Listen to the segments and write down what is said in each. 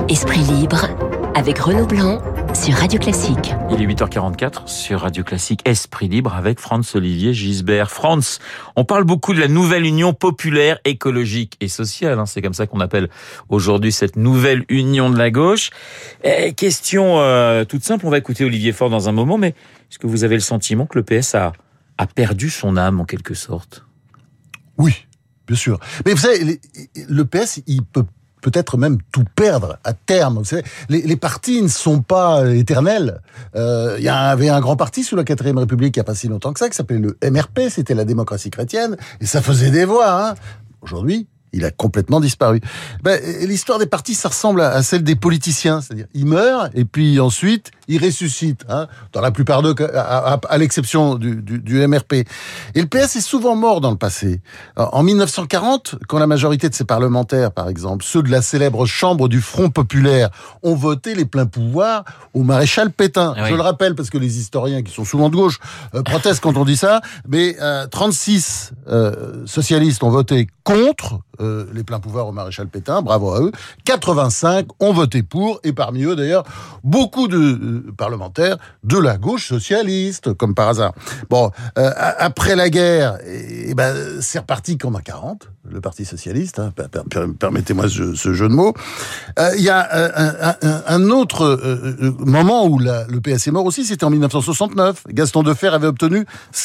Esprit libre avec Renaud Blanc sur Radio Classique. Il est 8h44 sur Radio Classique. Esprit libre avec Franz-Olivier Gisbert. Franz, on parle beaucoup de la nouvelle union populaire, écologique et sociale. C'est comme ça qu'on appelle aujourd'hui cette nouvelle union de la gauche. Question toute simple, on va écouter Olivier Faure dans un moment, mais est-ce que vous avez le sentiment que le PS a perdu son âme en quelque sorte ? Oui, bien sûr. Mais vous savez, le PS, il peut-être même tout perdre à terme. Vous savez, les partis ne sont pas éternels. Il y avait un grand parti sous la 4ème République il n'y a pas si longtemps que ça, qui s'appelait le MRP, c'était la démocratie chrétienne, et ça faisait des voix. Aujourd'hui, il a complètement disparu. L'histoire des partis, ça ressemble à celle des politiciens. C'est-à-dire, ils meurent, et puis ensuite, ils ressuscitent. Dans la plupart d'eux, à l'exception du MRP. Et le PS est souvent mort dans le passé. En 1940, quand la majorité de ses parlementaires, par exemple, ceux de la célèbre Chambre du Front Populaire, ont voté les pleins pouvoirs au maréchal Pétain. Oui. Je le rappelle, parce que les historiens, qui sont souvent de gauche, protestent quand on dit ça, mais 36 socialistes ont voté contre les pleins pouvoirs au maréchal Pétain, bravo à eux. 85 ont voté pour, et parmi eux d'ailleurs, beaucoup de parlementaires de la gauche socialiste, comme par hasard. Après la guerre, c'est reparti comme à 40, le Parti socialiste, permettez-moi ce jeu de mots. Il y a un autre moment où le PS est mort aussi, c'était en 1969. Gaston Defferre avait obtenu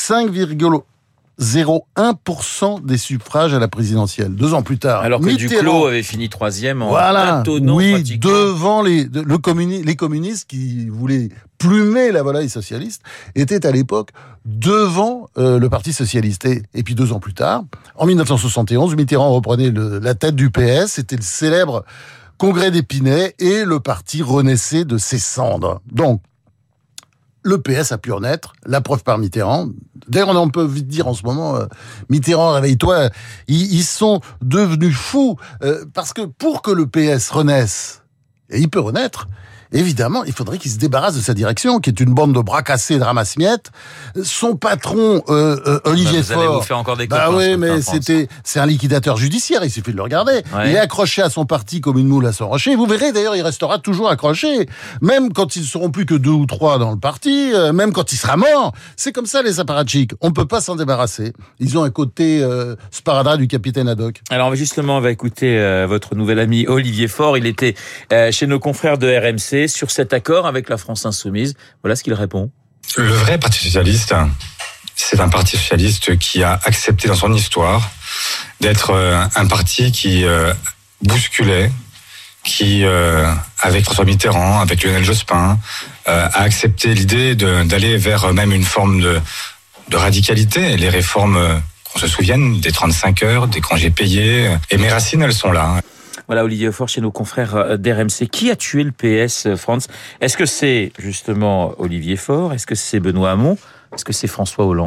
5,01% des suffrages à la présidentielle. 2 ans plus tard. Alors que Duclos avait fini 3e en tâtonnant pratiquement. Devant les communistes qui voulaient plumer la volaille socialiste, étaient à l'époque devant le Parti socialiste. Et puis 2 ans plus tard, en 1971, Mitterrand reprenait la tête du PS. C'était le célèbre congrès d'Épinay et le parti renaissait de ses cendres. Donc, le PS a pu renaître, la preuve par Mitterrand. D'ailleurs, on peut vite dire en ce moment, Mitterrand, réveille-toi, ils sont devenus fous, parce que pour que le PS renaisse, et il peut renaître, évidemment, il faudrait qu'il se débarrasse de sa direction, qui est une bande de bras cassés, de ramasse-miettes. Son patron, Olivier Faure... Vous allez vous faire encore des copains. Oui, mais c'est un liquidateur judiciaire, il suffit de le regarder. Ouais. Il est accroché à son parti comme une moule à son rocher. Vous verrez, d'ailleurs, il restera toujours accroché. Même quand ils ne seront plus que 2 ou 3 dans le parti, même quand il sera mort. C'est comme ça, les apparatchiks. On ne peut pas s'en débarrasser. Ils ont un côté sparadrap du capitaine Haddock. Alors, justement, on va écouter votre nouvel ami Olivier Faure. Il était chez nos confrères de RMC sur cet accord avec la France Insoumise. Voilà ce qu'il répond. Le vrai Parti Socialiste, c'est un parti socialiste qui a accepté dans son histoire d'être un parti qui bousculait, qui, avec François Mitterrand, avec Lionel Jospin, a accepté l'idée d'aller vers même une forme de radicalité. Les réformes, qu'on se souvienne, des 35 heures, des congés payés. Et mes racines, elles sont là. Voilà, Olivier Faure chez nos confrères d'RMC. Qui a tué le PS, Franz ? Est-ce que c'est justement Olivier Faure ? Est-ce que c'est Benoît Hamon ? Est-ce que c'est François Hollande ?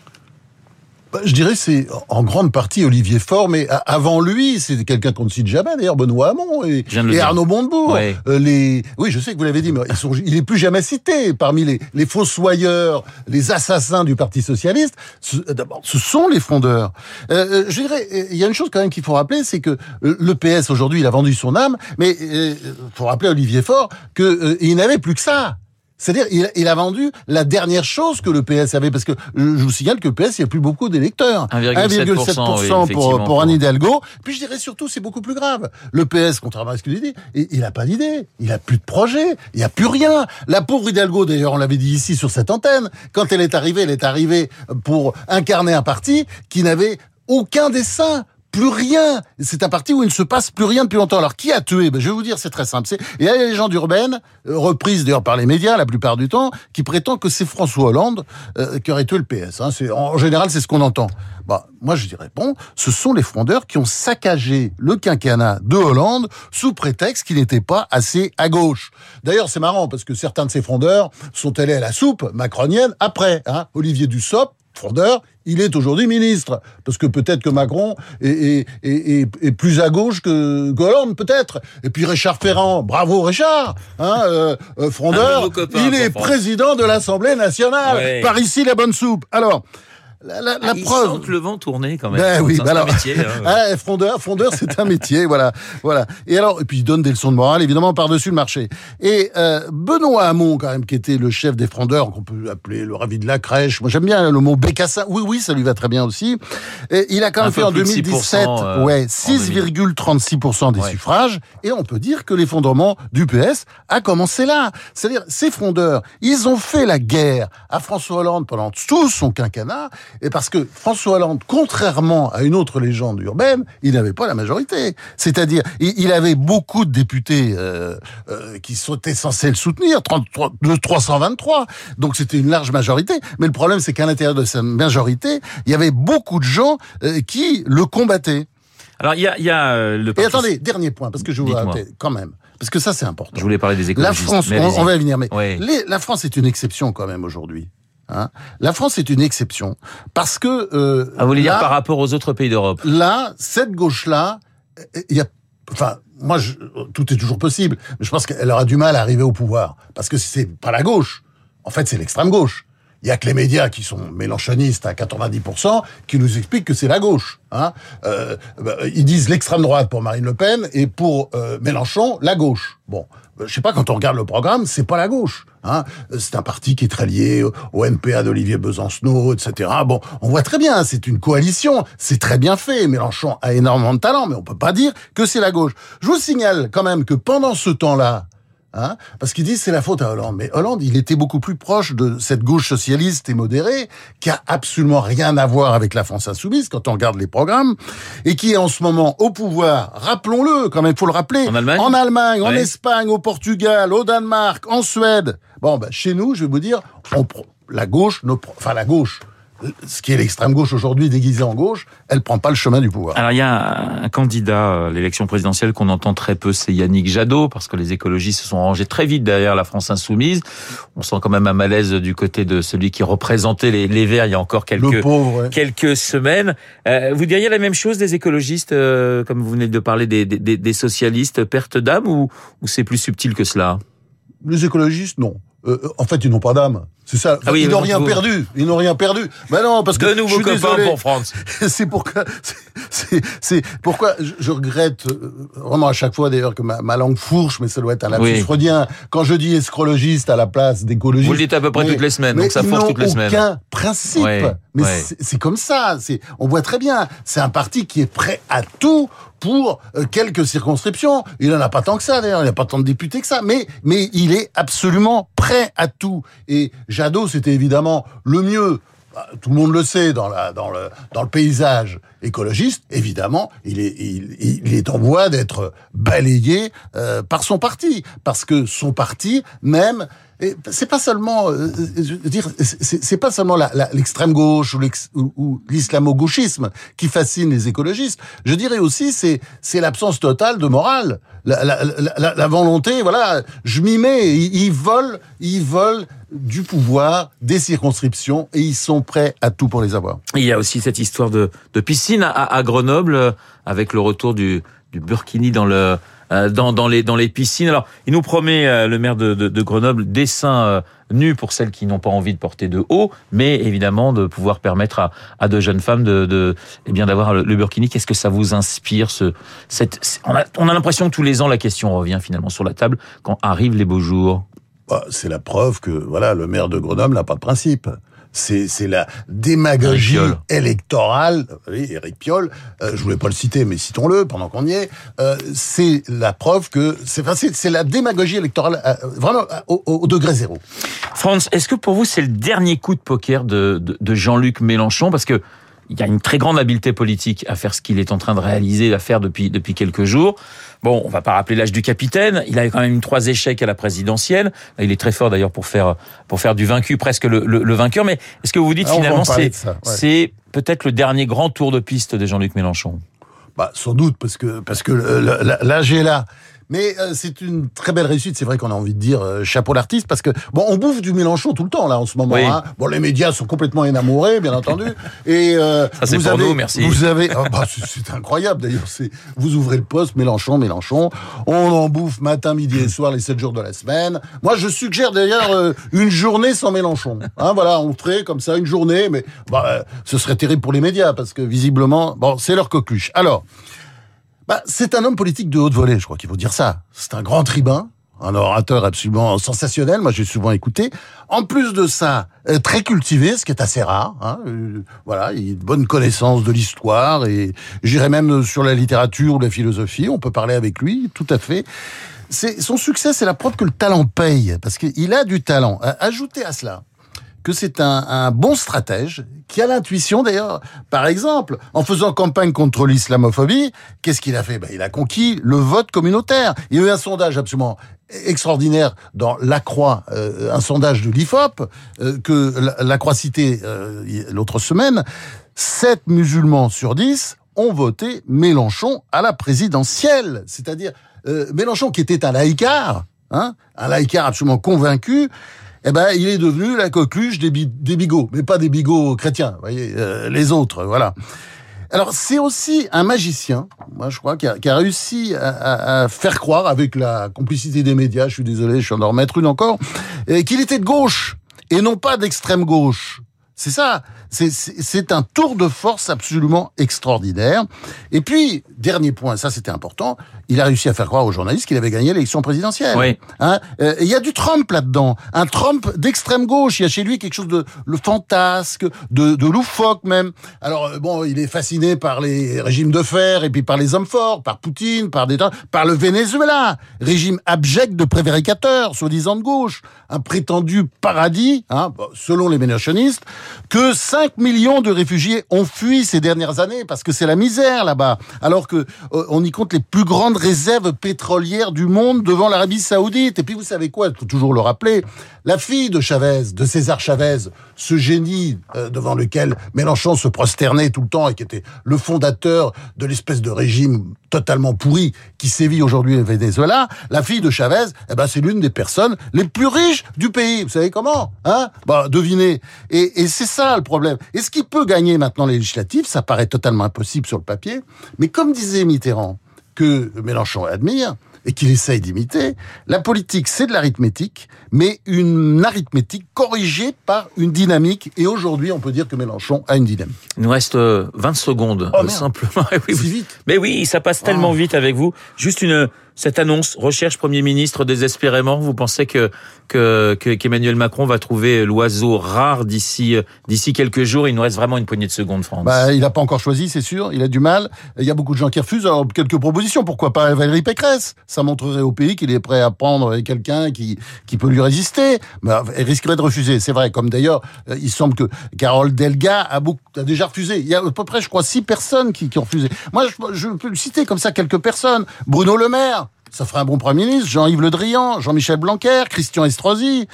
Je dirais c'est en grande partie Olivier Faure, mais avant lui, c'est quelqu'un qu'on ne cite jamais, d'ailleurs, Benoît Hamon et Arnaud Montebourg. Ouais. Oui, je sais que vous l'avez dit, mais il est plus jamais cité. Parmi les fossoyeurs, les assassins du Parti socialiste, d'abord, ce sont les fondeurs. Je dirais, il y a une chose quand même qu'il faut rappeler, c'est que le PS, aujourd'hui, il a vendu son âme, mais faut rappeler à Olivier Faure qu'il n'avait plus que ça. C'est-à-dire, il a vendu la dernière chose que le PS avait, parce que je vous signale que le PS, il n'y a plus beaucoup d'électeurs. 1,7% pour Anne Hidalgo. Puis je dirais surtout, c'est beaucoup plus grave. Le PS, contrairement à ce qu'il dit, il n'a pas d'idée, il n'a plus de projet, il n'y a plus rien. La pauvre Hidalgo, d'ailleurs, on l'avait dit ici sur cette antenne, quand elle est arrivée pour incarner un parti qui n'avait aucun dessein. Plus rien. C'est un parti où il ne se passe plus rien depuis longtemps. Alors, qui a tué ? Je vais vous dire, c'est très simple. Il y a les légendes urbaines, reprises d'ailleurs par les médias la plupart du temps, qui prétendent que c'est François Hollande qui aurait tué le PS. En général, c'est ce qu'on entend. Moi, je dirais ce sont les frondeurs qui ont saccagé le quinquennat de Hollande sous prétexte qu'il n'était pas assez à gauche. D'ailleurs, c'est marrant parce que certains de ces frondeurs sont allés à la soupe macronienne après. Olivier Dussopt, frondeur, il est aujourd'hui ministre. Parce que peut-être que Macron est plus à gauche que Hollande, peut-être. Et puis Richard Ferrand, bravo Richard, frondeur, il est président de l'Assemblée nationale. Ouais. Par ici, la bonne soupe. Alors, la ils preuve. sentent le vent tourner quand même. Ben oui, c'est un métier. Frondeur, c'est un métier, voilà. Et puis il donne des leçons de morale, évidemment, par-dessus le marché. Et Benoît Hamon, quand même, qui était le chef des frondeurs, qu'on peut appeler le ravi de la crèche. Moi, j'aime bien le mot bécassin. Oui, ça lui va très bien aussi. Et il a quand même fait en 2017, 6,36% des suffrages. Et on peut dire que l'effondrement du PS a commencé là. C'est-à-dire, ces frondeurs, ils ont fait la guerre à François Hollande pendant tout son quinquennat. Et parce que François Hollande, contrairement à une autre légende urbaine, il n'avait pas la majorité. C'est-à-dire, il avait beaucoup de députés qui étaient censés le soutenir, 323. Donc c'était une large majorité. Mais le problème, c'est qu'à l'intérieur de cette majorité, il y avait beaucoup de gens qui le combattaient. Alors il y a le parti... Et attendez, dernier point, parce que je vous raconter quand même. Parce que ça, c'est important. Je voulais parler des écologistes. La France, on va y venir, mais ouais. La France est une exception quand même aujourd'hui. Hein, la France est une exception parce que vous voulez dire par rapport aux autres pays d'Europe. Là, cette gauche-là, tout est toujours possible, mais je pense qu'elle aura du mal à arriver au pouvoir parce que c'est pas la gauche. En fait, c'est l'extrême gauche. Il y a que les médias qui sont mélenchonistes à 90% qui nous expliquent que c'est la gauche. Hein. Ils disent l'extrême droite pour Marine Le Pen et pour Mélenchon, la gauche. Bon, je sais pas, quand on regarde le programme, c'est pas la gauche. Hein. C'est un parti qui est très lié au NPA d'Olivier Besancenot, etc. Bon, on voit très bien, c'est une coalition, c'est très bien fait. Mélenchon a énormément de talent, mais on peut pas dire que c'est la gauche. Je vous signale quand même que pendant ce temps-là, hein, parce qu'ils disent c'est la faute à Hollande. Mais Hollande, il était beaucoup plus proche de cette gauche socialiste et modérée, qui a absolument rien à voir avec la France insoumise, quand on regarde les programmes, et qui est en ce moment au pouvoir, rappelons-le, quand même, il faut le rappeler, en Allemagne, en Espagne, au Portugal, au Danemark, en Suède. Bon, chez nous, je vais vous dire, la gauche, ce qui est l'extrême gauche aujourd'hui déguisée en gauche, elle prend pas le chemin du pouvoir. Alors il y a un candidat à l'élection présidentielle qu'on entend très peu, c'est Yannick Jadot, parce que les écologistes se sont rangés très vite derrière la France insoumise. On sent quand même un malaise du côté de celui qui représentait les Verts il y a encore quelques semaines. Vous diriez la même chose des écologistes, comme vous venez de parler des socialistes, perte d'âme, ou c'est plus subtil que cela? Les écologistes, non. En fait, ils n'ont pas d'âme. C'est ça. Ah oui, ils n'ont rien perdu. Ils n'ont rien perdu. Mais non, parce que de nouveaux copains pour France. c'est pourquoi je regrette vraiment à chaque fois d'ailleurs que ma langue fourche, mais ça doit être un lapsus freudien. Quand je dis escrologiste à la place d'écologiste. Vous le dites à peu près toutes les semaines, donc ça fourche toutes les semaines. Aucun principe. Mais c'est comme ça. On voit très bien. C'est un parti qui est prêt à tout pour quelques circonscriptions. Il n'en a pas tant que ça, d'ailleurs. Il n'y a pas tant de députés que ça. Mais il est absolument prêt à tout. Et Jadot, c'était évidemment le mieux. Tout le monde le sait dans le paysage écologiste. Évidemment, il est en voie d'être balayé par son parti. Parce que son parti, même... Et c'est pas seulement, c'est pas seulement l'extrême gauche ou l'islamo-gauchisme qui fascine les écologistes. Je dirais aussi c'est l'absence totale de morale, la volonté. Voilà, je m'y mets. Ils veulent du pouvoir, des circonscriptions, et ils sont prêts à tout pour les avoir. Il y a aussi cette histoire de piscine à Grenoble, avec le retour du burkini dans les piscines. Alors, il nous promet, le maire de Grenoble, des seins nus pour celles qui n'ont pas envie de porter de haut, mais évidemment de pouvoir permettre à de jeunes femmes d'avoir le burkini. Qu'est-ce que ça vous inspire on a l'impression que tous les ans la question revient finalement sur la table quand arrivent les beaux jours. C'est la preuve que le maire de Grenoble n'a pas de principe. C'est la démagogie électorale. Oui, Éric Piolle, je voulais pas le citer, mais citons-le pendant qu'on y est. C'est la preuve que c'est la démagogie électorale vraiment au degré zéro. France, est-ce que pour vous c'est le dernier coup de poker de Jean-Luc Mélenchon, parce que il y a une très grande habileté politique à faire ce qu'il est en train de réaliser, à faire depuis quelques jours. Bon, on va pas rappeler l'âge du capitaine. Il a quand même eu 3 échecs à la présidentielle. Il est très fort d'ailleurs pour faire du vaincu presque le vainqueur. Mais est-ce que vous dites finalement c'est peut-être le dernier grand tour de piste de Jean-Luc Mélenchon? Sans doute parce que l'âge est là. Mais c'est une très belle réussite. C'est vrai qu'on a envie de dire chapeau l'artiste, parce que bon, on bouffe du Mélenchon tout le temps là en ce moment. Oui. Hein. Bon, les médias sont complètement énamourés, bien entendu. Et ça c'est pour nous, merci. Vous avez, c'est incroyable d'ailleurs. Vous ouvrez le poste Mélenchon. On en bouffe matin, midi et soir les 7 jours de la semaine. Moi, je suggère d'ailleurs une journée sans Mélenchon. Hein, voilà, on ferait comme ça une journée, mais ce serait terrible pour les médias parce que visiblement, c'est leur coqueluche. Alors. C'est un homme politique de haute volée, je crois qu'il faut dire ça. C'est un grand tribun, un orateur absolument sensationnel, moi j'ai souvent écouté. En plus de ça, très cultivé, ce qui est assez rare. Hein. Voilà, il a une bonne connaissance de l'histoire et j'irais même sur la littérature ou la philosophie, on peut parler avec lui, tout à fait. Son succès, c'est la preuve que le talent paye, parce qu'il a du talent. Ajoutez à cela que c'est un bon stratège qui a l'intuition d'ailleurs. Par exemple, en faisant campagne contre l'islamophobie, qu'est-ce qu'il a fait ? Il a conquis le vote communautaire. Il y a eu un sondage absolument extraordinaire dans La Croix, un sondage de l'IFOP que La Croix citait l'autre semaine. 7 musulmans sur 10 ont voté Mélenchon à la présidentielle. C'est-à-dire Mélenchon qui était un laïcard, un laïcard absolument convaincu. Il est devenu la coqueluche des bigots, mais pas des bigots chrétiens, vous voyez, les autres, voilà. Alors, c'est aussi un magicien, moi je crois, qui a réussi à faire croire, avec la complicité des médias, je suis désolé, je suis en remettre une encore, qu'il était de gauche, et non pas d'extrême gauche. C'est ça, c'est un tour de force absolument extraordinaire. Et puis, dernier point, ça c'était important, il a réussi à faire croire aux journalistes qu'il avait gagné l'élection présidentielle. Oui. Il y a du Trump là-dedans, un Trump d'extrême gauche, il y a chez lui quelque chose de fantasque, de loufoque même. Alors il est fasciné par les régimes de fer et puis par les hommes forts, par Poutine, par le Venezuela, régime abject de prévaricateurs, soi-disant de gauche, un prétendu paradis, selon les mélenchonistes, que 5 millions de réfugiés ont fui ces dernières années parce que c'est la misère là-bas, alors que on y compte les plus grandes réserves pétrolières du monde devant l'Arabie Saoudite. Et puis vous savez quoi, il faut toujours le rappeler, la fille de Chavez, de César Chavez, ce génie devant lequel Mélenchon se prosternait tout le temps et qui était le fondateur de l'espèce de régime totalement pourri qui sévit aujourd'hui au Venezuela, la fille de Chavez, c'est l'une des personnes les plus riches du pays. Vous savez comment ? Devinez. Et c'est ça le problème. Est-ce qu'il peut gagner maintenant les législatives ? Ça paraît totalement impossible sur le papier. Mais comme disait Mitterrand, que Mélenchon admire et qu'il essaye d'imiter, la politique, c'est de l'arithmétique, mais une arithmétique corrigée par une dynamique. Et aujourd'hui, on peut dire que Mélenchon a une dynamique. Il nous reste 20 secondes, simplement. Oui, si vite. Mais oui, ça passe tellement vite avec vous. Juste cette annonce, recherche Premier ministre désespérément. Vous pensez qu'Emmanuel Macron va trouver l'oiseau rare d'ici quelques jours? Il nous reste vraiment une poignée de secondes, France. Il n'a pas encore choisi, c'est sûr. Il a du mal. Il y a beaucoup de gens qui refusent. Alors, quelques propositions. Pourquoi pas Valérie Pécresse? Ça montrerait au pays qu'il est prêt à prendre quelqu'un qui peut lui résister. Elle risquerait de refuser. C'est vrai. Comme d'ailleurs, il semble que Carole Delga a déjà refusé. Il y a à peu près, je crois, 6 personnes qui ont refusé. Moi, je peux citer comme ça quelques personnes. Bruno Le Maire. Ça ferait un bon Premier ministre. Jean-Yves Le Drian, Jean-Michel Blanquer, Christian Estrosi.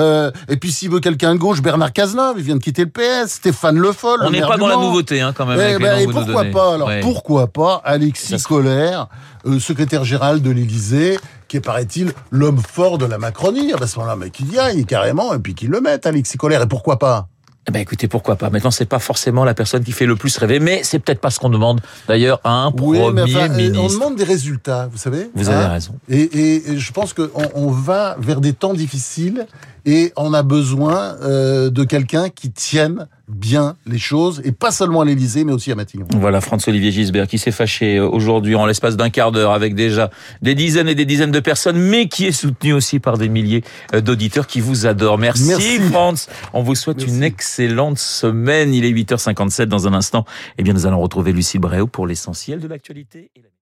Et puis s'il veut quelqu'un de gauche, Bernard Cazeneuve, il vient de quitter le PS. Stéphane Le Foll. On n'est pas dans la nouveauté, quand même. Et pourquoi pas alors ouais. Pourquoi pas Alexis Collère, secrétaire général de l'Élysée, qui est, paraît-il, l'homme fort de la Macronie. À ce moment-là, mais qu'il y aille carrément, et puis qu'il le mette, Alexis Collère. Et pourquoi pas? Écoutez, pourquoi pas. Maintenant, c'est pas forcément la personne qui fait le plus rêver, mais c'est peut-être pas ce qu'on demande d'ailleurs à un Premier ministre. On demande des résultats, vous savez. Vous avez raison. Et je pense qu'on va vers des temps difficiles et on a besoin de quelqu'un qui tienne bien les choses, et pas seulement à l'Élysée, mais aussi à Matignon. Voilà, Franz-Olivier Gisbert, qui s'est fâché aujourd'hui en l'espace d'un quart d'heure avec déjà des dizaines et des dizaines de personnes, mais qui est soutenu aussi par des milliers d'auditeurs qui vous adorent. Merci. Franz. On vous souhaite une excellente semaine. Il est 8h57 dans un instant. Nous allons retrouver Lucille Bréau pour l'essentiel de l'actualité.